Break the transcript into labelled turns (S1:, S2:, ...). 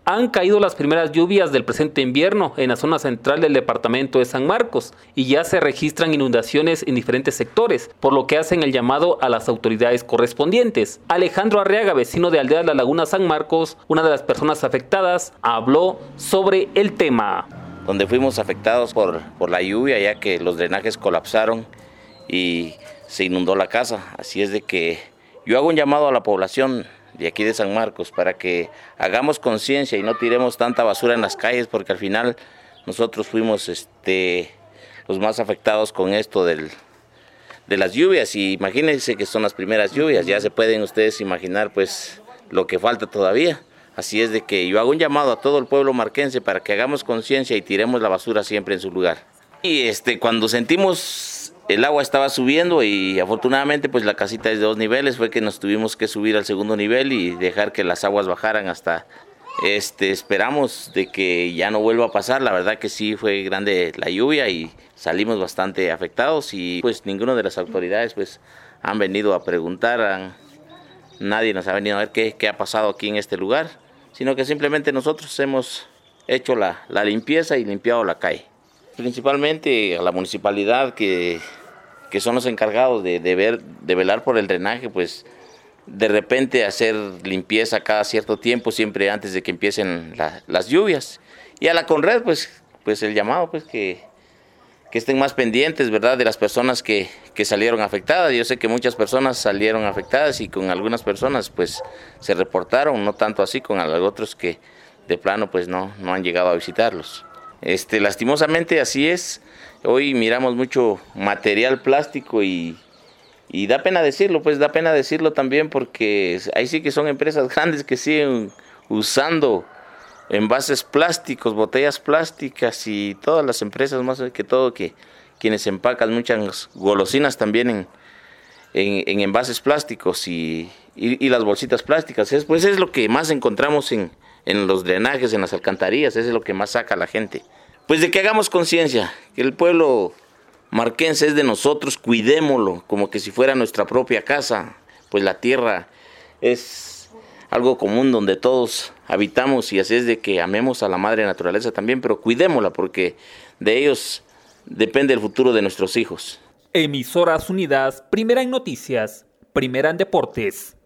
S1: Han caído las primeras lluvias del presente invierno en la zona central del departamento de San Marcos y ya se registran inundaciones en diferentes sectores, por lo que hacen el llamado a las autoridades correspondientes. Alejandro Arriaga, vecino de Aldea La Laguna San Marcos, una de las personas afectadas, habló sobre el tema.
S2: Donde fuimos afectados por la lluvia, ya que los drenajes colapsaron y se inundó la casa. Así es de que yo hago un llamado a la población de aquí de San Marcos para que hagamos conciencia y no tiremos tanta basura en las calles, porque al final nosotros fuimos los más afectados con esto de las lluvias. Y imagínense que son las primeras lluvias, ya se pueden ustedes imaginar pues lo que falta todavía. Así es de que yo hago un llamado a todo el pueblo marquense para que hagamos conciencia y tiremos la basura siempre en su lugar. Y cuando sentimos el agua estaba subiendo y afortunadamente pues la casita es de 2 niveles, fue que nos tuvimos que subir al segundo nivel y dejar que las aguas bajaran hasta, esperamos de que ya no vuelva a pasar. La verdad que sí fue grande la lluvia y salimos bastante afectados y pues ninguna de las autoridades pues han venido a preguntar, nadie nos ha venido a ver qué ha pasado aquí en este lugar, sino que simplemente nosotros hemos hecho la limpieza y limpiado la calle. Principalmente a la municipalidad que son los encargados de velar por el drenaje, pues de repente hacer limpieza cada cierto tiempo, siempre antes de que empiecen las lluvias. Y a la Conred, pues el llamado, pues que estén más pendientes, ¿verdad?, de las personas que salieron afectadas. Yo sé que muchas personas salieron afectadas y con algunas personas pues se reportaron, no tanto así con otros que de plano pues no han llegado a visitarlos. Lastimosamente así es. Hoy miramos mucho material plástico y da pena decirlo, pues da pena decirlo también porque ahí sí que son empresas grandes que siguen usando envases plásticos, botellas plásticas y todas las empresas más que todo quienes empacan muchas golosinas también en envases plásticos y las bolsitas plásticas. Pues es lo que más encontramos en los drenajes, en las alcantarillas, eso es lo que más saca a la gente. Pues de que hagamos conciencia, que el pueblo marquense es de nosotros, cuidémoslo como que si fuera nuestra propia casa, pues la tierra es algo común donde todos habitamos y así es de que amemos a la madre naturaleza también, pero cuidémosla porque de ellos depende el futuro de nuestros hijos.
S1: Emisoras Unidas, primera en noticias, primera en deportes.